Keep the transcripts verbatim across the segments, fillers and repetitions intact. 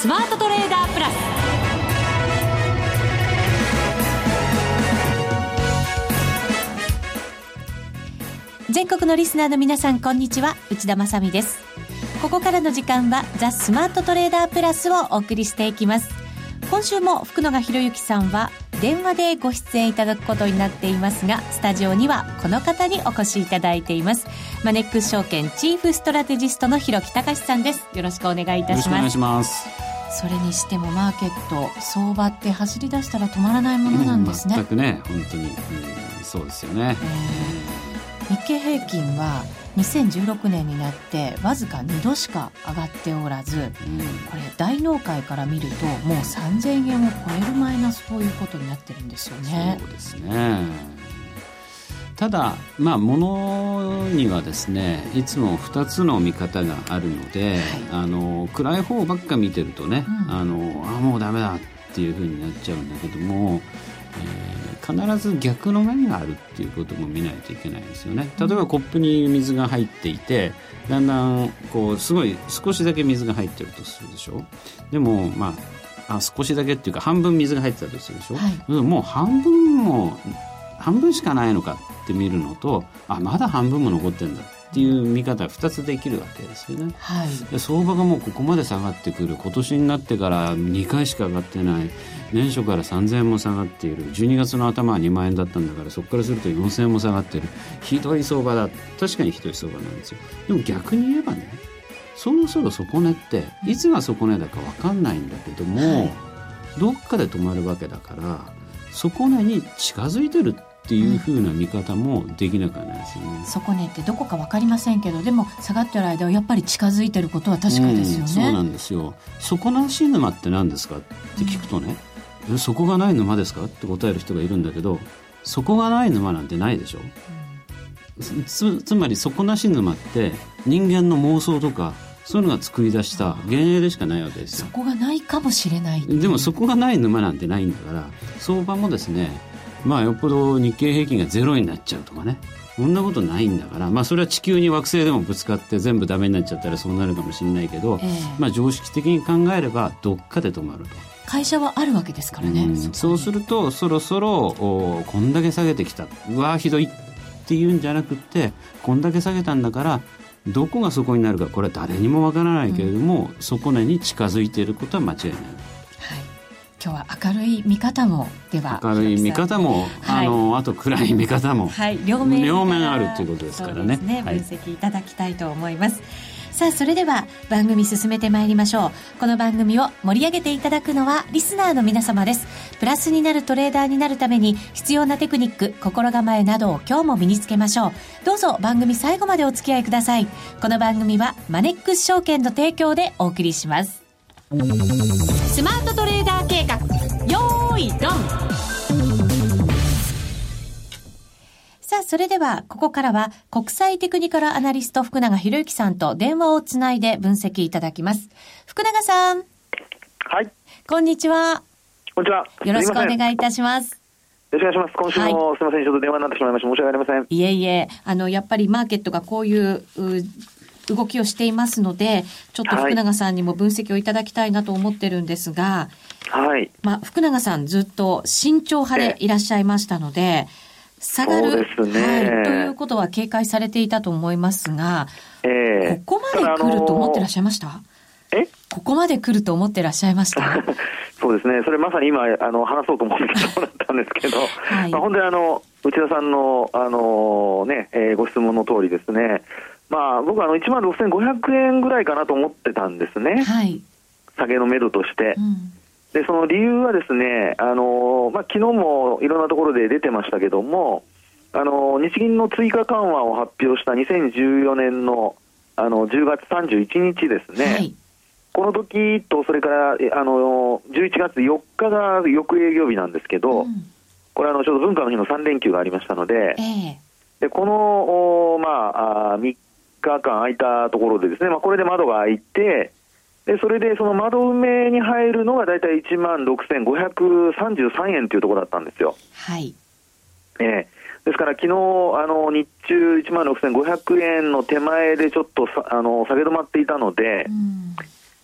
スマートトレーダープラス。全国のリスナーの皆さん、こんにちは、内田まさみです。ここからの時間はザ・スマートトレーダープラスをお送りしていきます。今週も福永博之さんは電話でご出演いただくことになっていますが、スタジオにはこの方にお越しいただいています。マネックス証券チーフストラテジストの広木隆さんです。よろしくお願いいたします。 よろしくお願いします。 それにしてもマーケット相場って走り出したら止まらないものなんですね、 うん、全くね、本当に、うん、そうですよね、 えー、日経平均はにせんじゅうろくねんになってわずかにどしか上がっておらず、うん、これ大納会から見るともうさんぜんえんを超えるマイナスということになってるんですよね。 そうですね。ただ、まあ、物にはですね、いつもふたつの見方があるので、はい、あの暗い方ばっか見てるとね、うん、あのあもうダメだっていう風になっちゃうんだけども、えー、必ず逆の面があるっていうことも見ないといけないですよね。例えばコップに水が入っていて、だんだんこうすごい少しだけ水が入ってるとするでしょ。でもまあ、あ少しだけっていうか半分水が入ってたとするでしょ、はい、もう半分も半分しかないのかって見るのと、あまだ半分も残ってるんだっていう見方がふたつできるわけですよね、はい、で相場がもうここまで下がってくる、今年になってからにかいしか上がってない、年初からさんぜんえんも下がっている、じゅうにがつの頭はにまんえんだったんだから、そこからするとよんせんえんも下がっている、ひどい相場だ。確かにひどい相場なんですよ。でも逆に言えばね、そろそろ底値っていつが底値だか分かんないんだけども、はい、どっかで止まるわけだから、底値に近づいてるっていう風な見方もできなくはないですよね、うん、底値ってどこか分かりませんけど、でも下がってる間はやっぱり近づいてることは確かですよね、うん、 そうなんですよ。底なし沼って何ですかって聞くとね、うん、底がない沼ですかって答える人がいるんだけど、底がない沼なんてないでしょ、うん、つ, つまり底なし沼って人間の妄想とかそういうのが作り出した幻影でしかないわけですよ。 そこがないかもしれない。 でもそこがない沼なんてないんだから、相場もですね、まあよっぽど日経平均がゼロになっちゃうとかね、そんなことないんだから、まあそれは地球に惑星でもぶつかって全部ダメになっちゃったらそうなるかもしれないけど、えー、まあ常識的に考えればどっかで止まると。 会社はあるわけですからね、 うん、そ, そうするとそろそろおこんだけ下げてきた、うわひどいっていうんじゃなくって、こんだけ下げたんだからどこが底になるかこれは誰にもわからないけれども、うん、底根に近づいていることは間違いない。 今日は明るい見方も、では明るい見方も、はい、あのあと暗い見方も、 はい、両面両面あるということですからね。そうですね、 分析いただきたいと思います、はい、さあそれでは番組進めてまいりましょう。この番組を盛り上げていただくのはリスナーの皆様です。プラスになるトレーダーになるために必要なテクニック、心構えなどを今日も身につけましょう。どうぞ番組最後までお付き合いください。この番組はマネックス証券の提供でお送りします。スマートトレーダー計画、よーいドン。さあそれではここからは国際テクニカルアナリスト福永博之さんと電話をつないで分析いただきます。福永さん、 はい、 こんにちは。 こんにちは。 よろしくお願いいたします。 よろしくお願いします。今週も、はい、すみません、ちょっと電話になってしまいまして申し訳ありません。 いえいえ、あのやっぱりマーケットがこういう動きをしていますので、ちょっと福永さんにも分析をいただきたいなと思ってるんですが、はい、まあ、福永さんずっと慎重派でいらっしゃいましたので、下がる、 そうですね、 はい、ということは警戒されていたと思いますが、えー、ここまで来ると思ってらっしゃいました？ えここまで来ると思ってらっしゃいました？ そうですね、それまさに今あの話そうと思ってそうだったんですけど、はい、まあ、本当にあの内田さんの、あのねえー、ご質問の通りですね、まあ、僕はあのいちまんろくせんごひゃくえんぐらいかなと思ってたんですね、はい、下げの目処として、うん、でその理由はですね、あの、まあ、昨日もいろんなところで出てましたけども、あの日銀の追加緩和を発表したにせんじゅうよねん の, あのじゅうがつさんじゅういちにちですね、はい、この時とそれからあのじゅういちがつよっかが翌営業日なんですけど、うん、これあのちょうど文化の日のさん連休がありましたので、えー、でこの、まあ、みっかかん空いたところでですね、まあ、これで窓が開いて、でそれでその窓埋めに入るのがだいたいいちまんろくせんごひゃくさんじゅうさんえんというところだったんですよ。 はい、 えー、ですから昨日あの日中いちまんろくせんごひゃくえんの手前でちょっとさあの下げ止まっていたので、うん、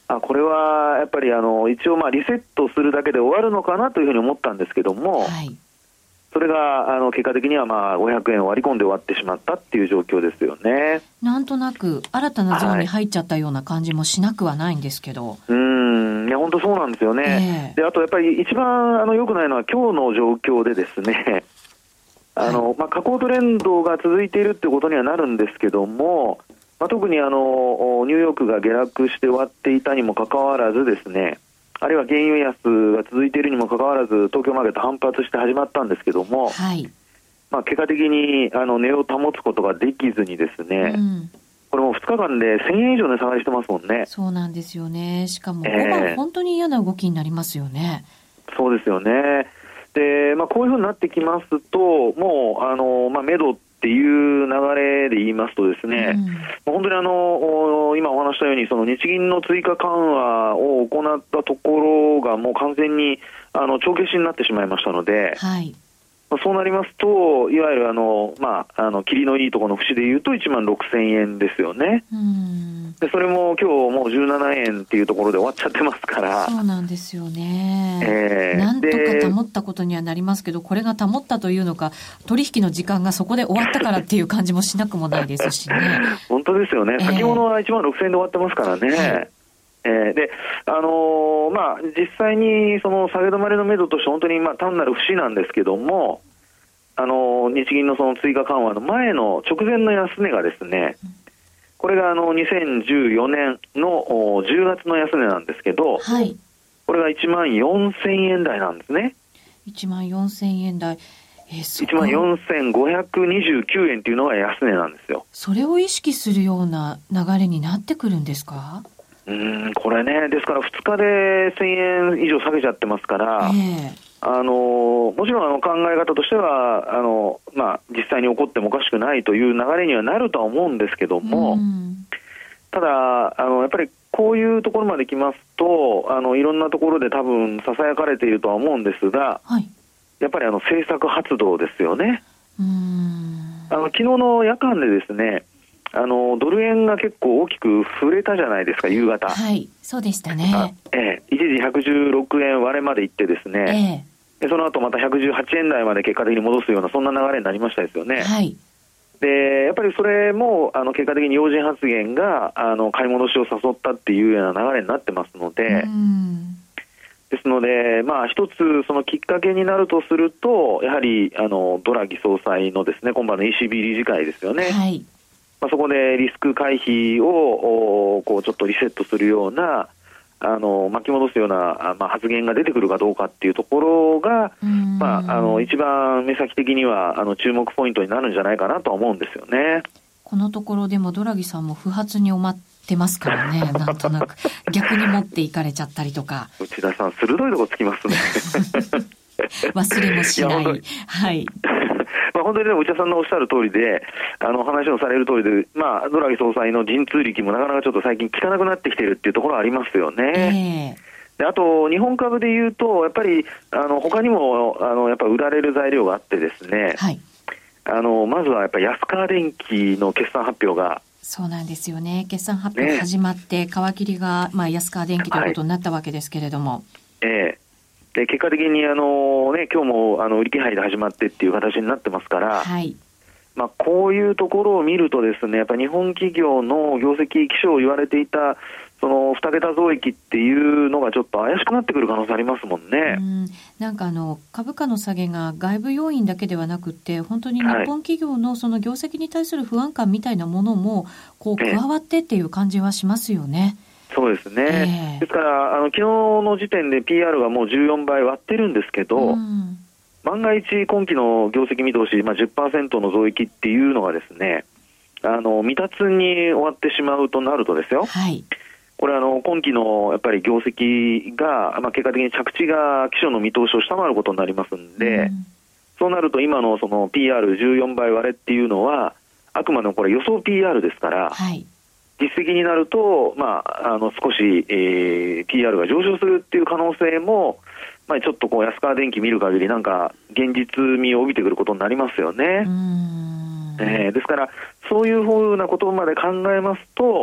あこれはやっぱりあの一応まあリセットするだけで終わるのかなというふうに思ったんですけども、はい、それがあの結果的にはまあごひゃくえん割り込んで終わってしまったっていう状況ですよね。 なんとなく新たなゾーンに入っちゃったような感じもしなくはないんですけど、はい、 うーんいや本当そうなんですよね、えー、であとやっぱり一番あの良くないのは今日の状況でですねあの、はいまあ、下降トレンドが続いているってことにはなるんですけども、まあ、特にあのニューヨークが下落して終わっていたにもかかわらずですね、あるいは原油安が続いているにもかかわらず東京マーケット反発して始まったんですけども、はいまあ、結果的にあの値を保つことができずにですね、うん、これもふつかかんでせんえん以上値下がりしてますもんね。 そうなんですよね。しかもごばん本当に嫌な動きになりますよね、 えー、そうですよね。で、まあ、こういうふうになってきますともうあの、まあ、メドっていう流れで言いますとですね、うん、本当にあの今お話したようにその日銀の追加緩和を行ったところがもう完全にあの帳消しになってしまいましたので、はいまあ、そうなりますといわゆるあの、まあ、あの切りのいいところの節でいうといちまんろくせんえんですよね。うんでそれも今日もうじゅうななえんっていうところで終わっちゃってますから。 そうなんですよね、えー、なんとか保ったことにはなりますけど、これが保ったというのか取引の時間がそこで終わったからっていう感じもしなくもないですしね本当ですよね、えー、先物はいちまんろくせんえんで終わってますからね、はいえー、であのーまあ、実際にその下げ止まりの目処として本当にまあ単なる節なんですけども、あのー、日銀のその追加緩和の前の直前の安値がですね、うんこれがあのにせんじゅうよねんのじゅうがつの安値なんですけど、はい、これがいちまんよんせんえん台なんですね。 いちまんよんせんえん台、えー、そこいちまんよんせんごひゃくにじゅうきゅうえんっていうのが安値なんですよ。 それを意識するような流れになってくるんですか？ うーんこれね、ですからふつかでせんえん以上下げちゃってますから、えーあのもちろんあの考え方としてはあの、まあ、実際に起こってもおかしくないという流れにはなるとは思うんですけども、ただあのやっぱりこういうところまで来ますとあのいろんなところで多分ささやかれているとは思うんですが、はい、やっぱりあの政策発動ですよね。うーんあの昨日の夜間でですねあのドル円が結構大きく触れたじゃないですか、夕方。 はい、そうでしたね。 ええ、一時ひゃくじゅうろくえん割れまで行ってですね、ええ、でその後またひゃくじゅうはちえん台まで結果的に戻すようなそんな流れになりましたですよね。はい、でやっぱりそれもあの結果的に要人発言があの買い戻しを誘ったっていうような流れになってますので、うんですので、まあ、一つそのきっかけになるとするとやはりあのドラギ総裁のですね今晩の イーシービー 理事会ですよね。はいまあ、そこでリスク回避をこうちょっとリセットするようなあの巻き戻すような、まあ、発言が出てくるかどうかっていうところが、まあ、あの一番目先的にはあの注目ポイントになるんじゃないかなとは思うんですよね。 このところでもドラギさんも不発に思ってますからねなんとなく逆に持っていかれちゃったりとか内田さん鋭いとこつきますね忘れもしない。いはいまあ、本当に、ね、内田さんのおっしゃる通りであの話をされる通りで、まあ、ドラギ総裁の神通力もなかなかちょっと最近効かなくなってきているっていうところはありますよね、えー、であと日本株でいうとやっぱりあの他にもあのやっぱ売られる材料があってですね、はい、あのまずはやっぱり安川電機の決算発表がそうなんですよね。決算発表始まって、ね、皮切りが、まあ、安川電機ということになったわけですけれども、はいえーで結果的にあの、ね、今日もあの売り気配で始まってっていう形になってますから、はいまあ、こういうところを見るとですねやっぱ日本企業の業績基調を言われていたそのに桁増益っていうのがちょっと怪しくなってくる可能性ありますもんね。 うんなんかあの株価の下げが外部要因だけではなくて本当に日本企業のその業績に対する不安感みたいなものもこう加わってっていう感じはしますよね。ええそうですね、えー、ですからあの昨日の時点で ピーアール がもうじゅうよんばい割ってるんですけど、うん、万が一今期の業績見通し、まあ、じゅっパーセント の増益っていうのがですねあの未達に終わってしまうとなるとですよ、はい、これあの今期のやっぱり業績が、まあ、結果的に着地が期初の見通しを下回ることになりますんで、うん、そうなると今のその ピーアールじゅうよんばい割れっていうのはあくまでもこれ予想 ピーアール ですから、はい実績になると、まあ、あの少し、えー、ピーアール が上昇するっていう可能性も、まあ、ちょっとこう安川電機見る限りなんか現実味を帯びてくることになりますよね。うーん、えー、ですからそういうふうなことまで考えますと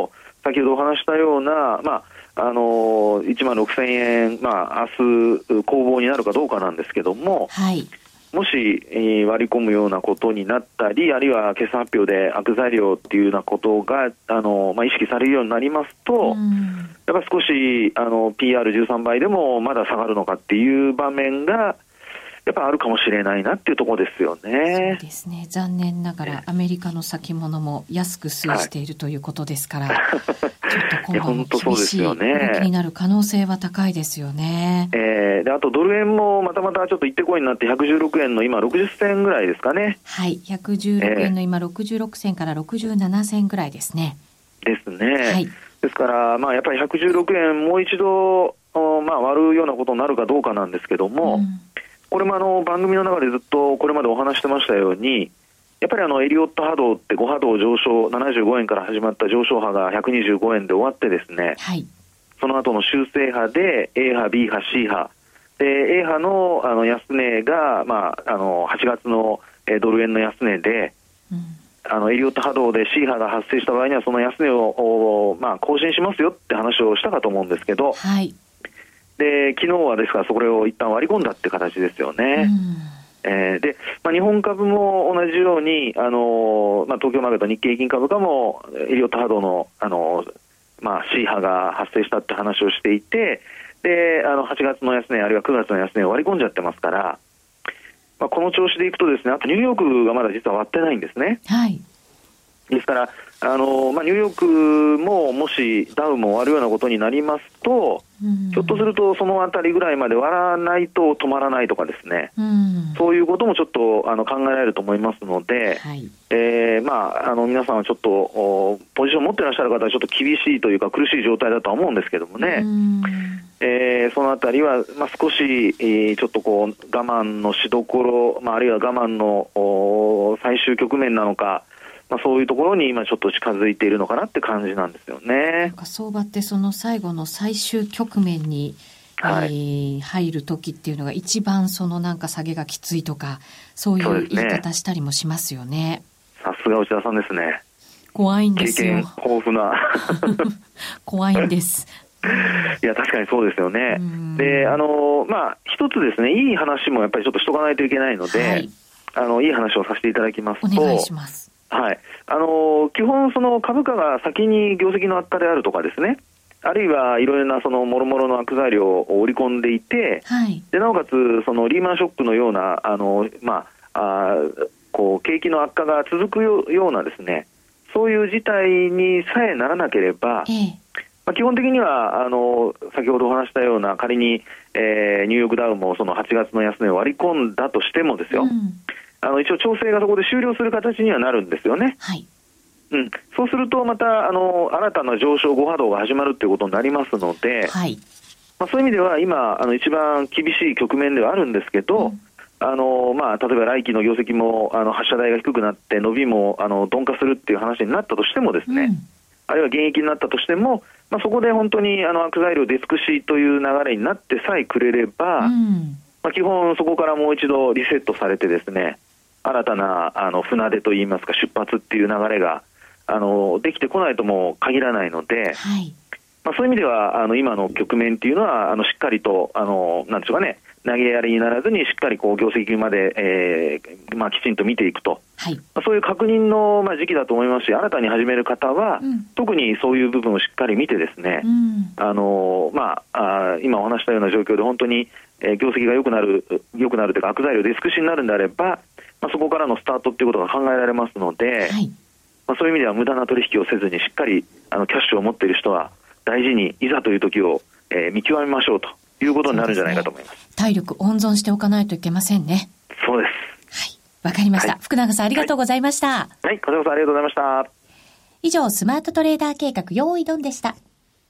先ほどお話したような、まあ、あの、いちまんろくせんえん、まあ、明日、攻防になるかどうかなんですけども、 はい。 もし、えー、割り込むようなことになったり、あるいは決算発表で悪材料っていうようなことが、あの、まあ、意識されるようになりますと、やっぱ少し、あの、ピーアールじゅうさん 倍でもまだ下がるのかっていう場面が、やっぱあるかもしれないなっていうところですよね。 そうですね。残念ながらアメリカの先物も安く推移しているということですから、はい、ちょっと今後も厳しい動きになる可能性は高いですよね。 えー、であとドル円もまたまたちょっと行ってこいになってひゃくじゅうろくえんの今ろくじゅっせんぐらいですかね。 はい。ひゃくじゅうろくえんの今ろくじゅうろくせんからろくじゅうななせんぐらいですね。 ですね。はい。ですから、まあ、やっぱりひゃくじゅうろくえんもう一度、まあ、割るようなことになるかどうかなんですけども、うん、これもあの番組の中でずっとこれまでお話してましたように、やっぱりあのエリオット波動ってご波動上昇ななじゅうごえんから始まった上昇波がひゃくにじゅうごえんで終わってですね、はい、その後の修正波で A 波 B 波 C 波で A 波のあの安値が、まあ、あのはちがつのドル円の安値で、うん、あのエリオット波動で C 波が発生した場合にはその安値を、まあ、更新しますよって話をしたかと思うんですけど、はい、で昨日はですからそれを一旦割り込んだって形ですよね。うん、えー、で、まあ、日本株も同じように、あのまあ、東京マーケット日経平均株価もエリオット波動の、あのまあ、C 波が発生したって話をしていて、であのはちがつの安値あるいはくがつの安値を割り込んじゃってますから、まあ、この調子でいくとですね、あとニューヨークがまだ実は割ってないんですね。はい。ですからあの、まあ、ニューヨークももしダウも割るようなことになりますと、うん、ひょっとするとそのあたりぐらいまで割らないと止まらないとかですね、うん、そういうこともちょっとあの考えられると思いますので、はい、えーまあ、あの皆さんはちょっとポジション持ってらっしゃる方はちょっと厳しいというか苦しい状態だとは思うんですけどもね、うん、えー、そのあたりは、まあ、少し、えー、ちょっとこう我慢のしどころ、まあ、あるいは我慢の最終局面なのか、まあ、そういうところに今ちょっと近づいているのかなって感じなんですよね。 なんか相場ってその最後の最終局面に、はい、えー、入る時っていうのが一番そのなんか下げがきついとかそういう言い方したりもしますよね。 さすが内田さんですね。 怖いんですよ。 経験豊富な怖いんですいや確かにそうですよね。であのまあ一つですね、いい話もやっぱりちょっとしとかないといけないので、はい、あのいい話をさせていただきますと、 お願いします。 はい、あの基本その株価が先に業績の悪化であるとかですね、あるいはいろいろなその諸々の悪材料を織り込んでいて、はい、でなおかつそのリーマンショックのようなあの、まあ、あこう景気の悪化が続くようなですね、そういう事態にさえならなければ、ええ、まあ、基本的にはあの先ほどお話したような仮に、えー、ニューヨークダウもそのはちがつの安値を割り込んだとしてもですよ、うん、あの一応調整がそこで終了する形にはなるんですよね。はい、うん、そうするとまたあの新たな上昇ご波動が始まるということになりますので、はい、まあ、そういう意味では今あの一番厳しい局面ではあるんですけど、うん、あのまあ、例えば来期の業績もあの発射台が低くなって伸びもあの鈍化するっていう話になったとしてもですね、うん、あるいは減益になったとしても、まあ、そこで本当にあの悪材料出尽くしという流れになってさえくれれば、うん、まあ、基本そこからもう一度リセットされてですね、新たなあの船出といいますか出発っていう流れがあのできてこないとも限らないので、はい、まあ、そういう意味ではあの今の局面っていうのはあのしっかりとあのなんでしょうかね、投げやりにならずにしっかりこう業績まで、えーまあ、きちんと見ていくと、はい、まあ、そういう確認の、まあ、時期だと思いますし、新たに始める方は、うん、特にそういう部分をしっかり見てですね、うん、あのまあ、あ今お話したような状況で本当に、えー、業績が良くなる良くなるというか悪材料出尽くしになるんであれば、まあ、そこからのスタートっていうことが考えられますので、はい、まあ、そういう意味では無駄な取引をせずにしっかりあのキャッシュを持っている人は大事にいざという時を、えー、見極めましょうということになるんじゃないかと思います。 体力温存しておかないといけませんね。 そうです。 はい、わかりました、はい、福永さんありがとうございました。 はい、はい、こちらこそありがとうございました。 以上スマートトレーダー計画用意ドンでした。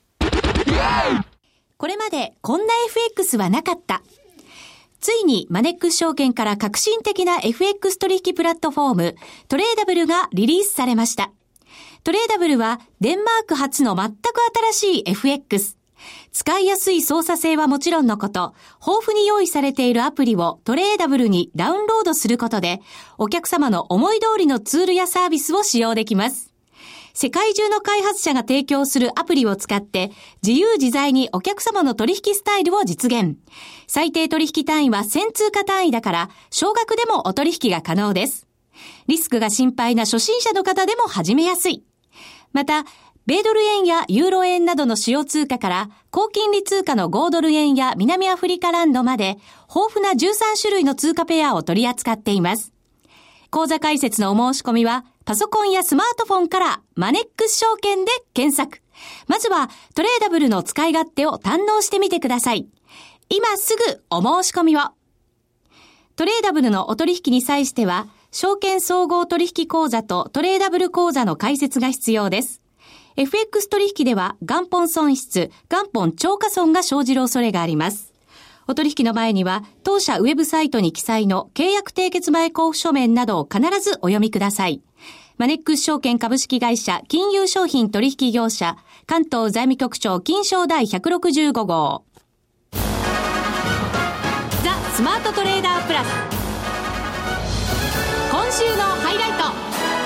これまでこんな エフエックス はなかった。ついにマネックス証券から革新的な エフエックス 取引プラットフォームトレーダブルがリリースされました。トレーダブルはデンマーク発の全く新しい エフエックス。使いやすい操作性はもちろんのこと、豊富に用意されているアプリをトレーダブルにダウンロードすることで、お客様の思い通りのツールやサービスを使用できます。 世界中の開発者が提供するアプリを使って自由自在にお客様の取引スタイルを実現。最低取引単位はせん通貨単位だから少額でもお取引が可能です。リスクが心配な初心者の方でも始めやすい。また、米ドル円やユーロ円などの主要通貨から高金利通貨の豪ドル円や南アフリカランドまで豊富なじゅうさん種類の通貨ペアを取り扱っています。口座開設のお申し込みはパソコンやスマートフォンからマネックス証券で検索。まずはトレーダブルの使い勝手を堪能してみてください。今すぐお申し込みを。トレーダブルのお取引に際しては証券総合取引口座とトレーダブル口座の開設が必要です。エフエックス 取引では元本損失、元本超過損が生じる恐れがあります。お取引の前には当社ウェブサイトに記載の契約締結前交付書面などを必ずお読みください。マネックス証券株式会社金融商品取引業者関東財務局長金商第ひゃくろくじゅうご号。ザ・スマートトレーダープラス。今週のハイライト。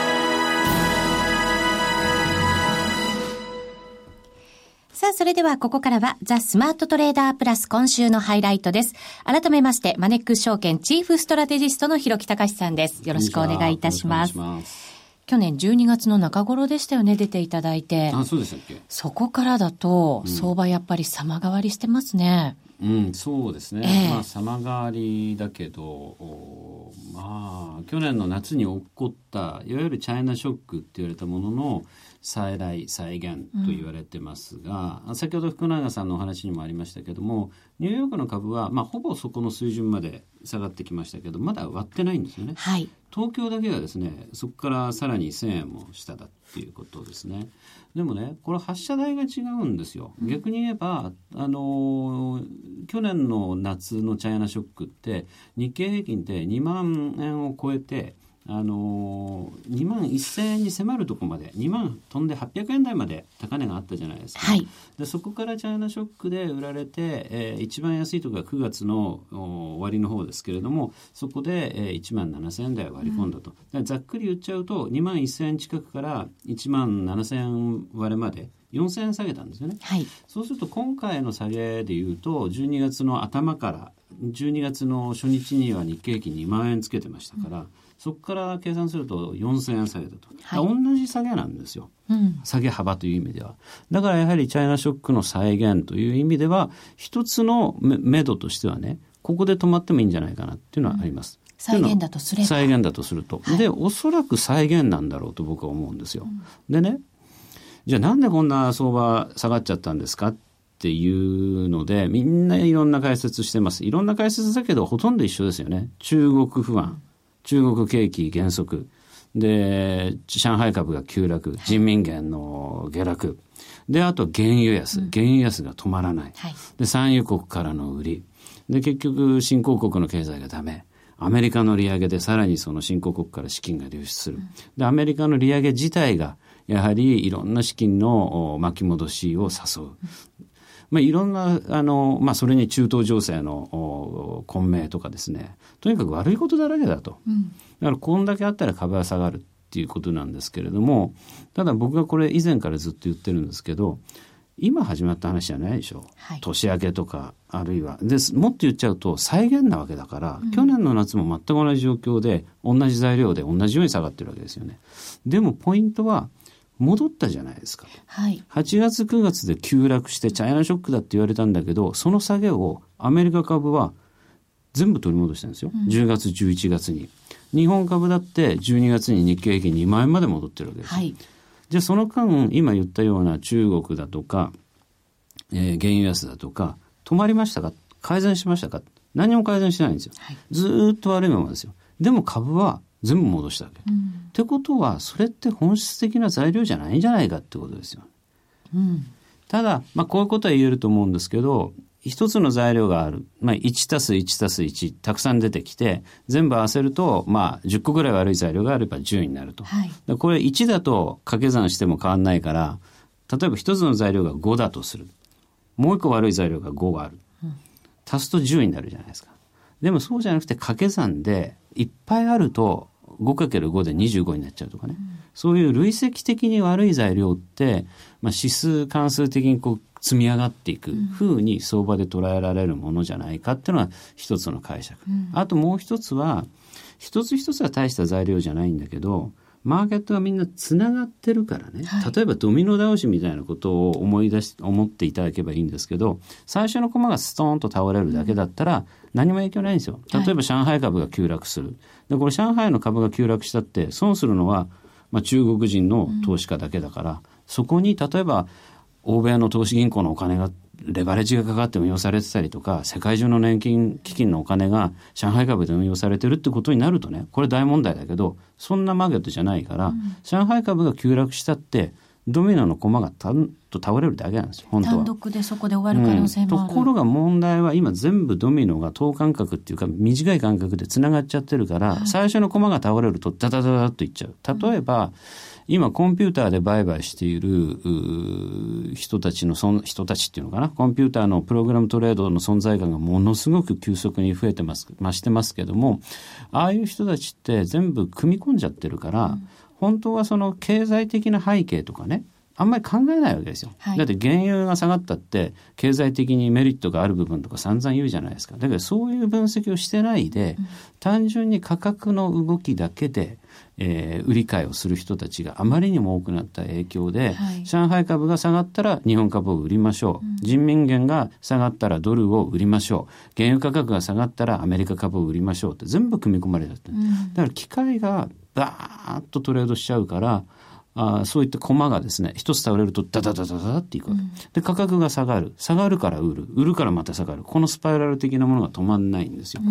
さあ、それではここからはザ・スマートトレーダープラス今週のハイライトです。改めましてマネックス証券チーフストラテジストの広木隆さんです。よろしくお願いいたします。去年じゅうにがつの中頃でしたよね、出ていただいて。 あ、そうでしたっけ。 そこからだと相場やっぱり様変わりしてますね。 うん、うん、そうですね、えー、まあ様変わりだけど、まあ去年の夏に起こったいわゆるチャイナショックって言われたものの再来再現と言われてますが、うん、先ほど福永さんのお話にもありましたけども、ニューヨークの株は、まあ、ほぼそこの水準まで下がってきましたけど、まだ割ってないんですよね、 はい、東京だけはですね、そこからさらにせんえんも下だっていうことですね。でもね、これ発射台が違うんですよ。逆に言えば、あのー、去年の夏のチャイナショックって日経平均ってにまんえんを超えて、あのー、にまんせんえんに迫るところまでにまん飛んではっぴゃくえん台まで高値があったじゃないですか、 はい、 でそこからチャイナショックで売られて、えー、一番安いところがくがつの終わりの方ですけれども、そこで、えー、いちまんななせんえん台を割り込んだと、うん、ざっくり言っちゃうとにまんせんえん近くからいちまんななせんえん割れまでよんせんえん下げたんですよね、 はい、 そうすると今回の下げでいうとじゅうにがつの頭からじゅうにがつの初日には日経平均にまんえんつけてましたから、うん、そこから計算するとよんせんえん下げたと、はい、同じ下げなんですよ、うん、下げ幅という意味では。だからやはりチャイナショックの再現という意味では一つのめどとしてはね、ここで止まってもいいんじゃないかなっていうのはあります、うん、 再現だとすれば再現だとすると、はい、でおそらく再現なんだろうと僕は思うんですよ、うん、でね、じゃあなんでこんな相場下がっちゃったんですかっていうので、みんないろんな解説してます。いろんな解説だけどほとんど一緒ですよね。中国不安、中国景気減速で、上海株が急落、人民元の下落で、あと原油安、原油安が止まらない、はい、で産油国からの売りで、結局新興国の経済がダメ、アメリカの利上げでさらにその新興国から資金が流出する。でアメリカの利上げ自体がやはりいろんな資金の巻き戻しを誘う。まあ、いろんなあの、まあ、それに中東情勢の混迷とかですね、とにかく悪いことだらけだと、うん、だからこんだけあったら株は下がるっていうことなんですけれども、ただ僕がこれ以前からずっと言ってるんですけど、今始まった話じゃないでしょ、はい、年明けとかあるいはでもっと言っちゃうと再現なわけだから、うん、去年の夏も全く同じ状況で同じ材料で同じように下がってるわけですよね。でもポイントは戻ったじゃないですか、はい、はちがつくがつで急落してチャイナショックだって言われたんだけど、その下げをアメリカ株は全部取り戻したんですよ、うん、じゅうがつじゅういちがつに。日本株だってじゅうにがつに日経平均にまんえんまで戻ってるわけです、はい、じゃあその間今言ったような中国だとか、えー、原油安だとか止まりましたか、改善しましたか、何も改善しないんですよ、はい、ずっと悪いままですよ。でも株は全部戻したわけ、うん、ってことはそれって本質的な材料じゃないんじゃないかってことですよ、うん、ただ、まあ、こういうことは言えると思うんですけど、一つの材料がある、まあ、いちたすいちたすいち たくさん出てきて全部合わせると、まあ、じゅっこぐらい悪い材料があればじゅうになると、はい、だこれいちだと掛け算しても変わんないから、例えば一つの材料がごだとする、もう一個悪い材料がごがある、うん、足すとじゅうになるじゃないですか。でもそうじゃなくて掛け算でいっぱいあると ごかけるご でにじゅうごになっちゃうとかね、 そういう累積的に悪い材料って、まあ、指数関数的にこう積み上がっていく風に相場で捉えられるものじゃないかっていうのは一つの解釈、うん、あともう一つは一つ一つは大した材料じゃないんだけどマーケットがみんなつながってるからね、はい、例えばドミノ倒しみたいなことを思い出し思っていただけばいいんですけど最初のコマがストーンと倒れるだけだったら何も影響ないんですよ。例えば上海株が急落するでこれ上海の株が急落したって損するのは、まあ、中国人の投資家だけだから、うん、そこに例えば欧米の投資銀行のお金がレバレッジがかかって運用されてたりとか世界中の年金基金のお金が上海株で運用されてるってことになるとねこれ大問題だけどそんなマーケットじゃないから、うん、上海株が急落したってドミノの駒がたんと倒れるだけなんですよ本当は単独でそこで終わる可能性もある、 うん、ところが問題は今全部ドミノが等間隔っていうか短い間隔でつながっちゃってるから、はい、最初の駒が倒れるとダダダダッといっちゃう。例えば、うん今コンピューターで売買している人たちのそん人たちっていうのかなコンピューターのプログラムトレードの存在感がものすごく急速に増えてます増してますけどもああいう人たちって全部組み込んじゃってるから、うん、本当はその経済的な背景とかねあんまり考えないわけですよ、はい、だって原油が下がったって経済的にメリットがある部分とか散々言うじゃないですか。だけどそういう分析をしてないで、うん、単純に価格の動きだけでえー、売り買いをする人たちがあまりにも多くなった影響で、はい、上海株が下がったら日本株を売りましょう、うん、人民元が下がったらドルを売りましょう原油価格が下がったらアメリカ株を売りましょうって全部組み込まれちゃって、うん、だから機械がバーッとトレードしちゃうからあそういったコマがですね一つ倒れるとダダダダダっていくわけ、うん、で価格が下がる下がるから売る売るからまた下がるこのスパイラル的なものが止まんないんですよ、うん、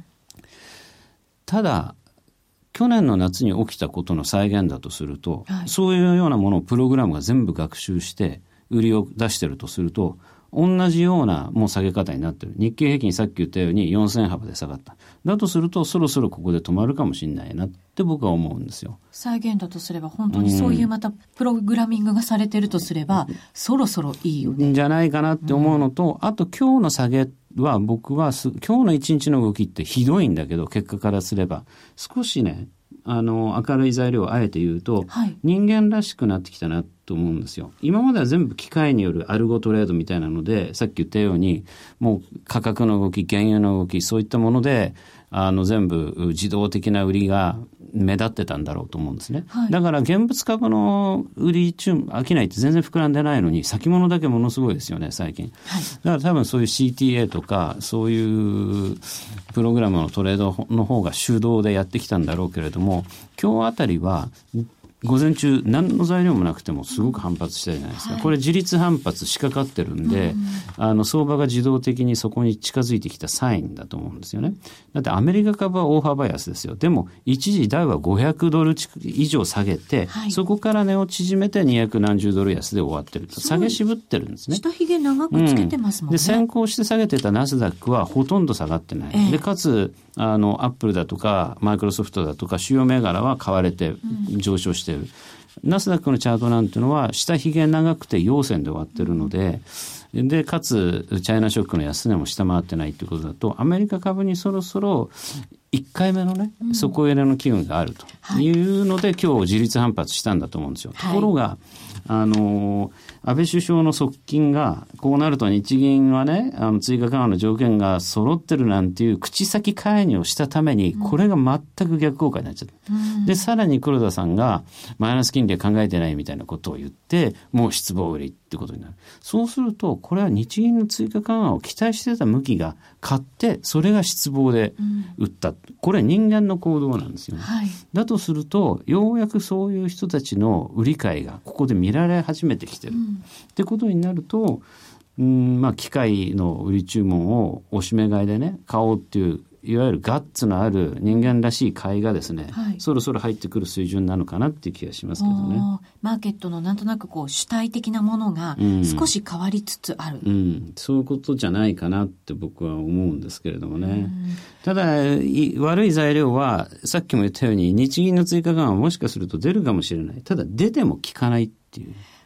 ただ去年の夏に起きたことの再現だとすると、はい、そういうようなものをプログラムが全部学習して売りを出してるとすると同じようなもう下げ方になってる。日経平均さっき言ったようによんせん幅で下がった。だとするとそろそろここで止まるかもしれないなって僕は思うんですよ。 再現だとすれば本当にそういうまたプログラミングがされてるとすれば、うん、そろそろいいよね。 じゃないかなって思うのと、うん、あと今日の下げは僕はす今日の一日の動きってひどいんだけど結果からすれば少しねあの明るい材料をあえて言うと、はい、人間らしくなってきたなと思うんですよ。今までは全部機械によるアルゴトレードみたいなのでさっき言ったようにもう価格の動き原油の動きそういったものであの全部自動的な売りが目立ってたんだろうと思うんですね、はい、だから現物株の売り中商いって全然膨らんでないのに先物だけものすごいですよね最近、はい、だから多分そういう シーティーエー とかそういうプログラムのトレードの方が主導でやってきたんだろうけれども今日あたりは午前中何の材料もなくてもすごく反発したじゃないですか、はい、これ自立反発しかかってるんで、うん、あの相場が自動的にそこに近づいてきたサインだと思うんですよね。だってアメリカ株は大幅安ですよ。でも一時ダウはごひゃくドル以上下げて、はい、そこから値を縮めてにひゃくなんじゅうドル安で終わってる下げ渋ってるんですね。 下髭長くつけてますもんね、 うん、で先行して下げてたナスダックはほとんど下がってない、えー、でかつあのアップルだとかマイクロソフトだとか主要銘柄は買われて上昇している、うんナスダックのチャートなんていうのは下髭長くて陽線で終わってるので、でかつチャイナショックの安値も下回ってないということだとアメリカ株にそろそろいっかいめのね、うん、底入れの機運があるというので、はい、今日自立反発したんだと思うんですよ、はい、ところがあの安倍首相の側近がこうなると日銀はねあの追加緩和の条件が揃ってるなんていう口先介入をしたためにこれが全く逆効果になっちゃった、うん、でさらに黒田さんがマイナス金利は考えてないみたいなことを言ってもう失望売りってことになる。そうするとこれは日銀の追加緩和を期待してた向きが買ってそれが失望で売った、うん、これは人間の行動なんですよね、はい、だとするとようやくそういう人たちの売り買いがここで見られ始めてきてる、うん、ってことになるとうんまあ機械の売り注文をおしめ買いでね買おうっていういわゆるガッツのある人間らしい買いがですね、はい、そろそろ入ってくる水準なのかなっていう気がしますけどね。 マーケットのなんとなくこう主体的なものが少し変わりつつある、 うんうん、そういうことじゃないかなって僕は思うんですけれどもね、うん、ただ悪い材料はさっきも言ったように日銀の追加緩和はもしかすると出るかもしれない。ただ出ても効かないっていう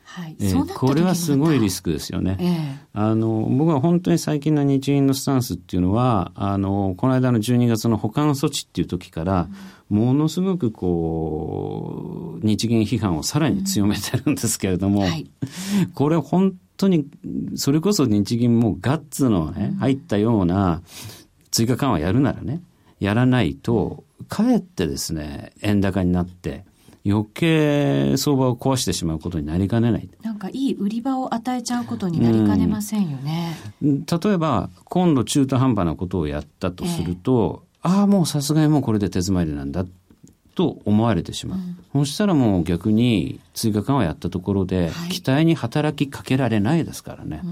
はいえー、これはすごいリスクですよね、えー、あの僕は本当に最近の日銀のスタンスっていうのはあのこの間のじゅうにがつの補完措置っていう時から、うん、ものすごくこう日銀批判をさらに強めてるんですけれども、うんはい、これ本当にそれこそ日銀もガッツの、ね、入ったような追加緩和やるならねやらないとかえってですね円高になって余計相場を壊してしまうことになりかねない。 なんかいい売り場を与えちゃうことになりかねませんよね、 うん、例えば今度中途半端なことをやったとすると、えー、ああもうさすがにもうこれで手詰まりなんだと思われてしまう、うん、そしたらもう逆に追加緩和やったところで期待に働きかけられないですからね、はい、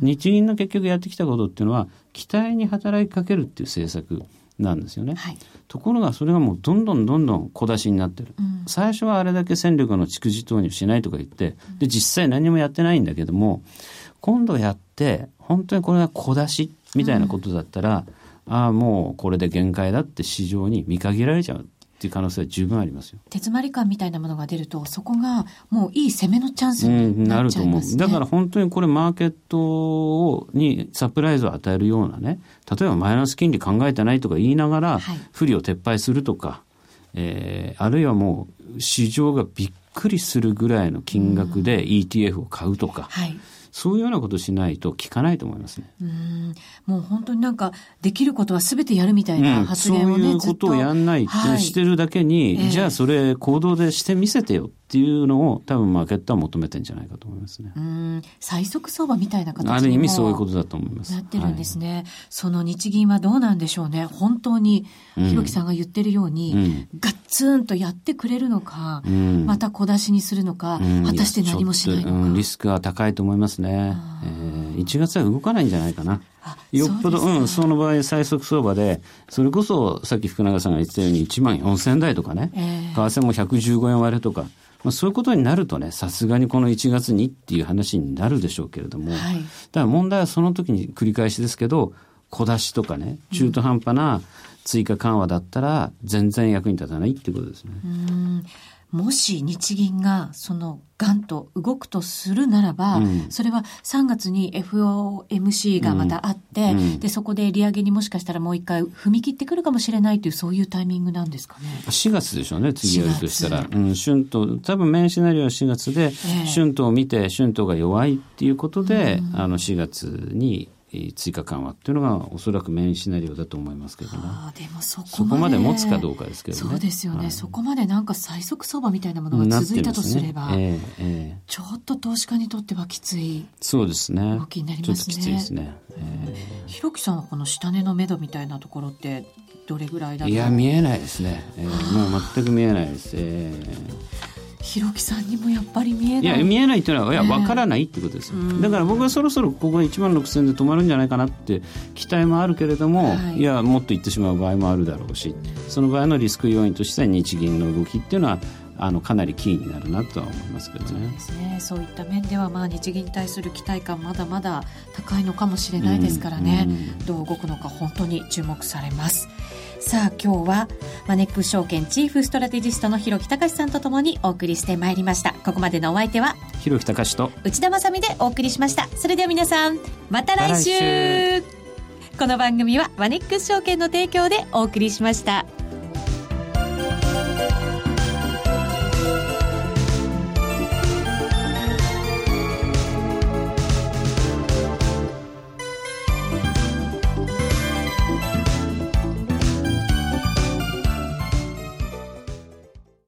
日銀の結局やってきたことっていうのは期待に働きかけるっていう政策なんですよね、はい、ところがそれがもうどんどんどんどん小出しになってる、うん、最初はあれだけ戦力の蓄次投入しないとか言ってで実際何もやってないんだけども今度やって本当にこれが小出しみたいなことだったら、うん、ああもうこれで限界だって市場に見限られちゃうっていう可能性は十分ありますよ。 手詰まり感みたいなものが出るとそこがもういい攻めのチャンスになっちゃいますね、うん、なると思う。 だから本当にこれマーケットにサプライズを与えるようなね例えばマイナス金利考えてないとか言いながら不利を撤廃するとか、はいえー、あるいはもう市場がびっくりするぐらいの金額で イーティーエフ を買うとか、うんはいそういうようなことしないと効かないと思いますね。 うーんもう本当になんかできることは全てやるみたいな発言をね、 うん、そういうことをやんないってしてるだけに、はい、じゃあそれ行動でしてみせてよっていうのを多分マーケットは求めてるんじゃないかと思いますね。 うーん最速相場みたいな形にもある意味そういうことだと思います。 なってるんですね、はい、その日銀はどうなんでしょうね。本当にひろきさんが言ってるように、うん、ガッツンとやってくれるのか、うん、また小出しにするのか、うん、果たして何もしないのか、 うん、リスクは高いと思いますね。えー、いちがつは動かないんじゃないかな。よっぽど そ,、うん、その場合最速相場でそれこそさっき福永さんが言ってたようにいちまんよんせん台とかね、えー、為替もひゃくじゅうごえん割れとか、まあ、そういうことになるとねさすがにこのいちがつにっていう話になるでしょうけれども、はい、だから問題はその時に繰り返しですけど小出しとかね中途半端な追加緩和だったら全然役に立たないっていうことですね。 うーんもし日銀がそのガンと動くとするならば、うん、それはさんがつに エフオーエムシー がまたあって、うん、でそこで利上げにもしかしたらもう一回踏み切ってくるかもしれないというそういうタイミングなんですかね。 しがつでしょうね次やるとしたら、うん、春闘多分メインシナリオはしがつで、えー、春闘を見て春闘が弱いっていうことで、うん、あのしがつに追加緩和っていうのがおそらくメインシナリオだと思いますけどね。 あでもそこまで、 そこまで持つかどうかですけどね。 そうですよね、はい、そこまでなんか最速相場みたいなものが続いたとすれば、ねえーえー、ちょっと投資家にとってはきついそうですね動きになりますね。 ちょっときついですね、えー、ひろきさんはこの下値の目処みたいなところってどれぐらいだと。 いや見えないですね、えー、もう全く見えないです、えーひろきさんにもやっぱり見えない。 いや見えないっていうのは、いや分からないってことですよ、えー、だから僕はそろそろここがいちまんろくせんで止まるんじゃないかなって期待もあるけれども、はい、いやもっといってしまう場合もあるだろうしその場合のリスク要因として日銀の動きっていうのはあのかなりキーになるなとは思いますけどね。 そうですね。そういった面では、まあ、日銀に対する期待感まだまだ高いのかもしれないですからね、うんうん、どう動くのか本当に注目されます。さあ今日はマネックス証券チーフストラテジストの広木隆さんとともにお送りしてまいりました。ここまでのお相手は広木隆と内田まさみでお送りしました。それでは皆さんまた来週。この番組はマネックス証券の提供でお送りしました。